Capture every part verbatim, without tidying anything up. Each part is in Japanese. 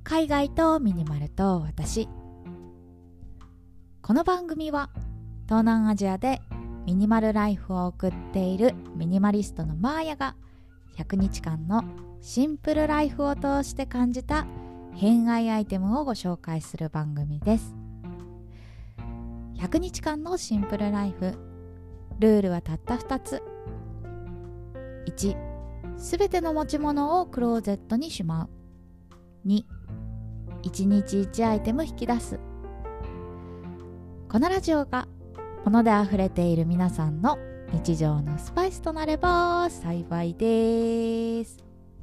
海外とミニマルと私。この番組は東南アジアでミニマルライフを送っているミニマリストのマーヤがひゃくにちかんのシンプルライフを通して感じた偏愛アイテムをご紹介する番組です。ひゃくにちかんのシンプルライフ、ルールはたったふたつ。いち、すべての持ち物をクローゼットにしまう。に、いちにちいちアイテム引き出す。このラジオが物であふれている皆さんの日常のスパイスとなれば幸いです。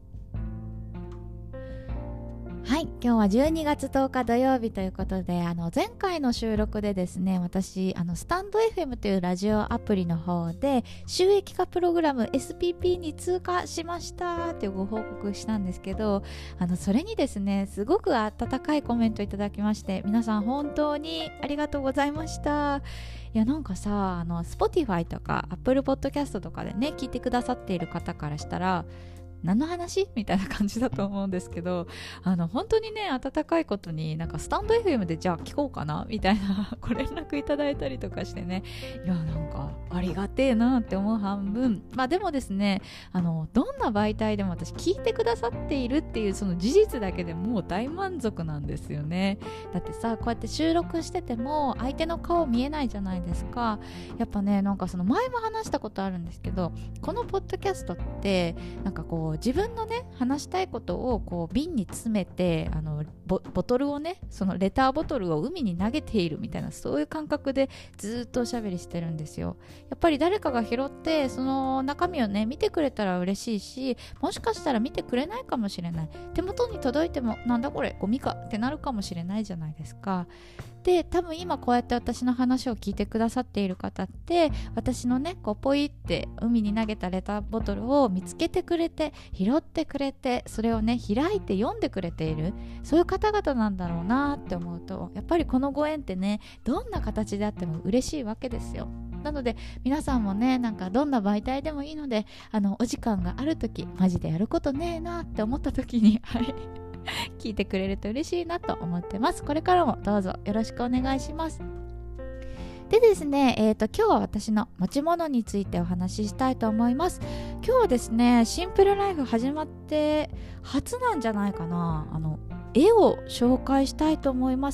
はい、今日はじゅうにがつとおか土曜日ということで、あの前回の収録でですね、私あのスタンド エフエム というラジオアプリの方で収益化プログラム エスピーピー に通過しましたっていうご報告したんですけど、あのそれにですねすごく温かいコメントいただきまして、皆さん本当にありがとうございました。いやなんかさ、あの Spotify とか Apple Podcast とかでね聞いてくださっている方からしたら何の話みたいな感じだと思うんですけど、あの本当にね温かいことになんかスタンド エフエム でじゃあ聞こうかなみたいなご連絡いただいたりとかしてね、いやなんかありがてえなって思う半分、まあでもですね、あのどんな媒体でも私聞いてくださっているっていうその事実だけでもう大満足なんですよね。だってさ、こうやって収録してても相手の顔見えないじゃないですか。やっぱね、なんかその前も話したことあるんですけど、このポッドキャストってなんかこう自分のね話したいことをこう瓶に詰めて、あの ボ, ボトルをねそのレターボトルを海に投げているみたいな、そういう感覚でずっとおしゃべりしてるんですよ。やっぱり誰かが拾ってその中身をね見てくれたら嬉しいし、もしかしたら見てくれないかもしれない、手元に届いてもなんだこれゴミかってなるかもしれないじゃないですか。で多分今こうやって私の話を聞いてくださっている方って、私のねこうポイって海に投げたレターボトルを見つけてくれて拾ってくれて、それをね開いて読んでくれている、そういう方々なんだろうなって思うと、やっぱりこのご縁ってねどんな形であっても嬉しいわけですよ。なので皆さんもね、なんかどんな媒体でもいいので、あのお時間があるとき、マジでやることねえなって思ったときにはい聞いてくれると嬉しいなと思ってます。これからもどうぞよろしくお願いします。でですね、えーと、今日は私の持ち物についてお話ししたいと思います。今日はですね、シンプルライフ始まって初なんじゃないかな、あの絵を紹介したいと思います。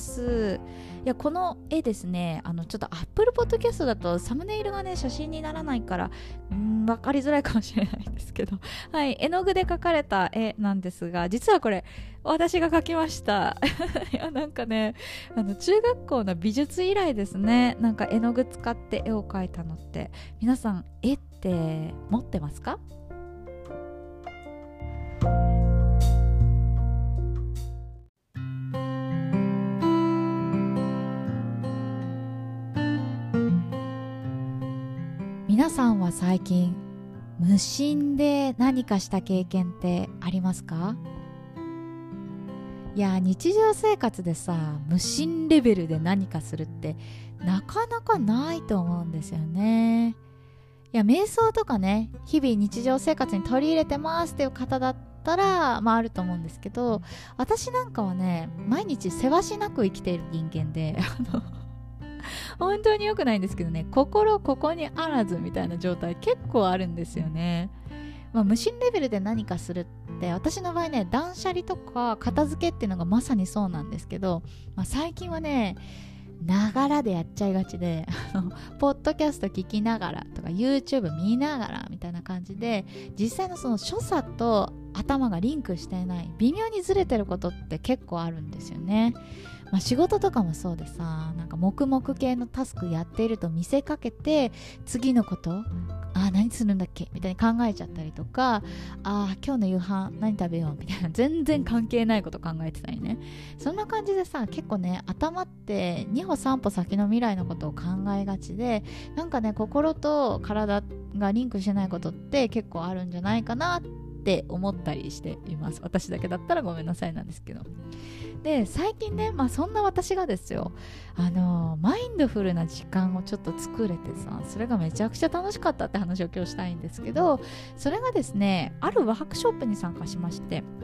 いやこの絵ですね、あのちょっと Apple Podcast だとサムネイルがね写真にならないからん分かりづらいかもしれないんですけど、はい、絵の具で描かれた絵なんですが、実はこれ私が描きましたいやなんかね、あの中学校の美術以来ですね、なんか絵の具使って絵を描いたのって。皆さん絵って持ってますか？皆さんは最近無心で何かした経験ってありますか？いや日常生活でさ、無心レベルで何かするってなかなかないと思うんですよね。いや瞑想とかね、日々日常生活に取り入れてますっていう方だったらまああると思うんですけど、私なんかはね毎日せわしなく生きている人間であの本当に良くないんですけどね、心ここにあらずみたいな状態結構あるんですよね。まあ、無心レベルで何かするって私の場合ね、断捨離とか片付けっていうのがまさにそうなんですけど、まあ、最近はねながらでやっちゃいがちであのポッドキャスト聞きながらとか YouTube 見ながらみたいな感じで、実際のその所作と頭がリンクしていない、微妙にずれてることって結構あるんですよね。まあ、仕事とかもそうでさ、なんか黙々系のタスクやっていると見せかけて次のこと、あー何するんだっけみたいに考えちゃったりとか、あー今日の夕飯何食べようみたいな全然関係ないこと考えてたりね、そんな感じでさ、結構ね頭ってにほさんぽ先の未来のことを考えがちで、なんかね心と体がリンクしてないことって結構あるんじゃないかなって思ったりしています。私だけだったらごめんなさいなんですけど。で最近ね、まあ、そんな私がですよ、あのマインドフルな時間をちょっと作れてさ、それがめちゃくちゃ楽しかったって話を今日したいんですけど、それがですね、あるワークショップに参加しまして、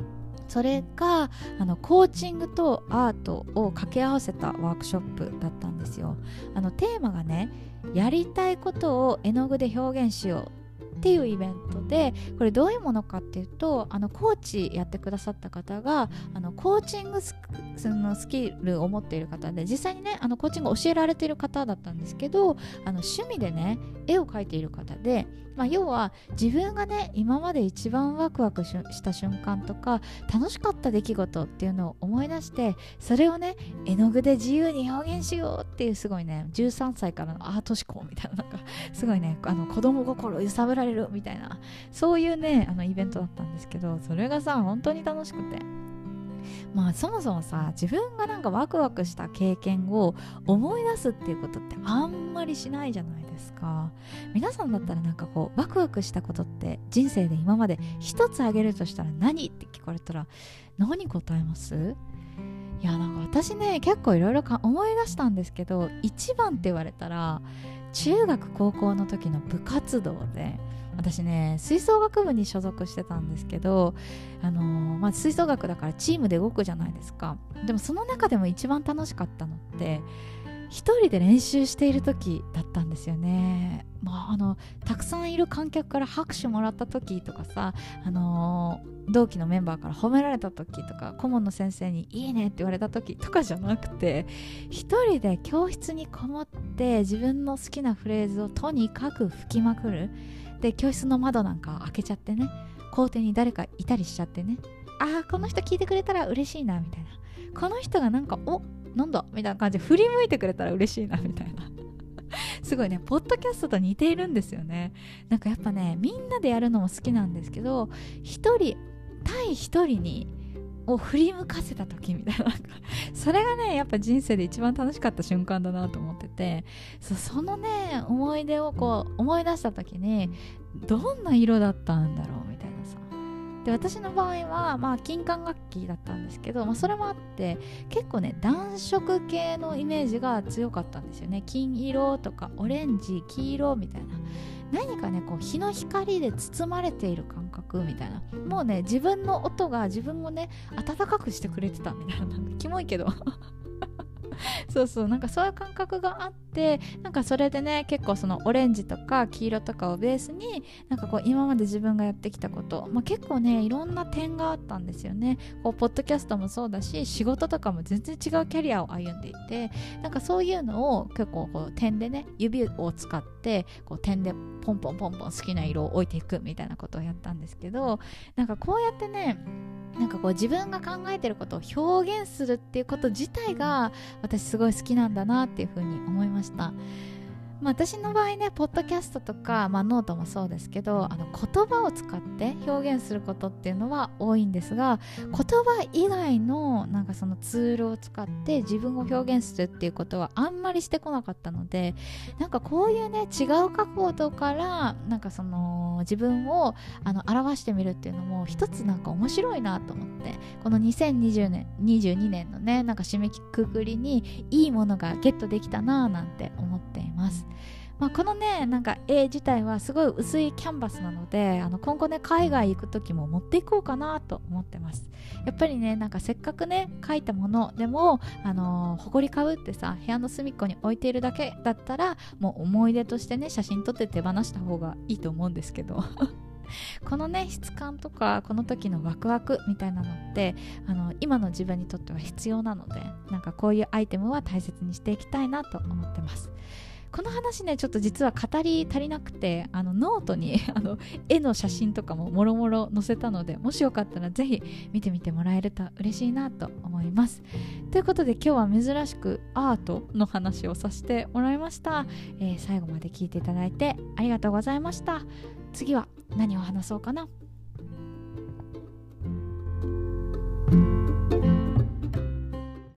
それがあのコーチングとアートを掛け合わせたワークショップだったんですよ。あのテーマがね、やりたいことを絵の具で表現しようっていうイベントで、これどういうものかっていうと、あのコーチやってくださった方があのコーチングスそのスキルを持っている方で、実際にねあのコーチングを教えられている方だったんですけど、あの趣味でね絵を描いている方で、まあ、要は自分がね今まで一番ワクワクしした瞬間とか楽しかった出来事っていうのを思い出して、それをね絵の具で自由に表現しようっていう、すごいねじゅうさんさいからのアート思考みたいな、なんかすごいねあの子供心揺さぶられるみたいな、そういうねあのイベントだったんですけど、それがさ本当に楽しくて、まあそもそもさ自分がなんかワクワクした経験を思い出すっていうことってあんまりしないじゃないですか。皆さんだったらなんかこうワクワクしたことって人生で今まで一つあげるとしたら何って聞かれたら何答えます？いやなんか私ね結構いろいろ思い出したんですけど、一番って言われたら中学高校の時の部活動で、私ね吹奏楽部に所属してたんですけど、あのーまあ、吹奏楽だからチームで動くじゃないですか。でもその中でも一番楽しかったのって一人で練習している時だったんですよね。まあ、あのたくさんいる観客から拍手もらった時とかさ、あのー同期のメンバーから褒められた時とか、顧問の先生にいいねって言われた時とかじゃなくて、一人で教室にこもって自分の好きなフレーズをとにかく吹きまくる。で教室の窓なんか開けちゃってね、校庭に誰かいたりしちゃってね、あーこの人聞いてくれたら嬉しいなみたいな、この人がなんかおなんだみたいな感じで振り向いてくれたら嬉しいなみたいなすごいねポッドキャストと似ているんですよね。なんかやっぱねみんなでやるのも好きなんですけど、一人対一人にを振り向かせた時みたいな、なんかそれがねやっぱ人生で一番楽しかった瞬間だなと思ってて、 そ, そのね思い出をこう思い出した時にどんな色だったんだろうみたいなさ。で私の場合はまあ金管楽器だったんですけど、まあ、それもあって結構ね暖色系のイメージが強かったんですよね。金色とかオレンジ黄色みたいな、何かねこう日の光で包まれている感覚みたいな、もうね自分の音が自分をね暖かくしてくれてたみたいな、なんかキモいけどそうそう、なんかそういう感覚があって、なんかそれでね結構そのオレンジとか黄色とかをベースになんかこう今まで自分がやってきたこと、まあ、結構ねいろんな点があったんですよね。こうポッドキャストもそうだし仕事とかも全然違うキャリアを歩んでいて、なんかそういうのを結構こう点でね指を使ってこう点でポンポンポンポン好きな色を置いていくみたいなことをやったんですけど、なんかこうやってねなんかこう自分が考えてることを表現するっていうこと自体が私すごい好きなんだなっていうふうに思いました。まあ、私の場合ねポッドキャストとか、まあ、ノートもそうですけど、あの言葉を使って表現することっていうのは多いんですが、言葉以外のなんかそのツールを使って自分を表現するっていうことはあんまりしてこなかったので、なんかこういうね違う角度からなんかその自分をあの表してみるっていうのも一つなんか面白いなと思って、このにせんにじゅうねんにじゅうにねんのねなんか締めくくりにいいものがゲットできたななんて思っています。まあ、このねなんか絵自体はすごい薄いキャンバスなので、あの今後ね海外行く時も持っていこうかなと思ってます。やっぱりねなんかせっかくね描いたものでもあのー、ほこりかぶってさ部屋の隅っこに置いているだけだったらもう思い出としてね写真撮って手放した方がいいと思うんですけどこのね質感とかこの時のワクワクみたいなのってあの今の自分にとっては必要なので、なんかこういうアイテムは大切にしていきたいなと思ってます。この話ねちょっと実は語り足りなくて、あのノートにあの絵の写真とかももろもろ載せたので、もしよかったらぜひ見てみてもらえると嬉しいなと思います。ということで今日は珍しくアートの話をさせてもらいました。えー、最後まで聞いていただいてありがとうございました。次は何を話そうかな。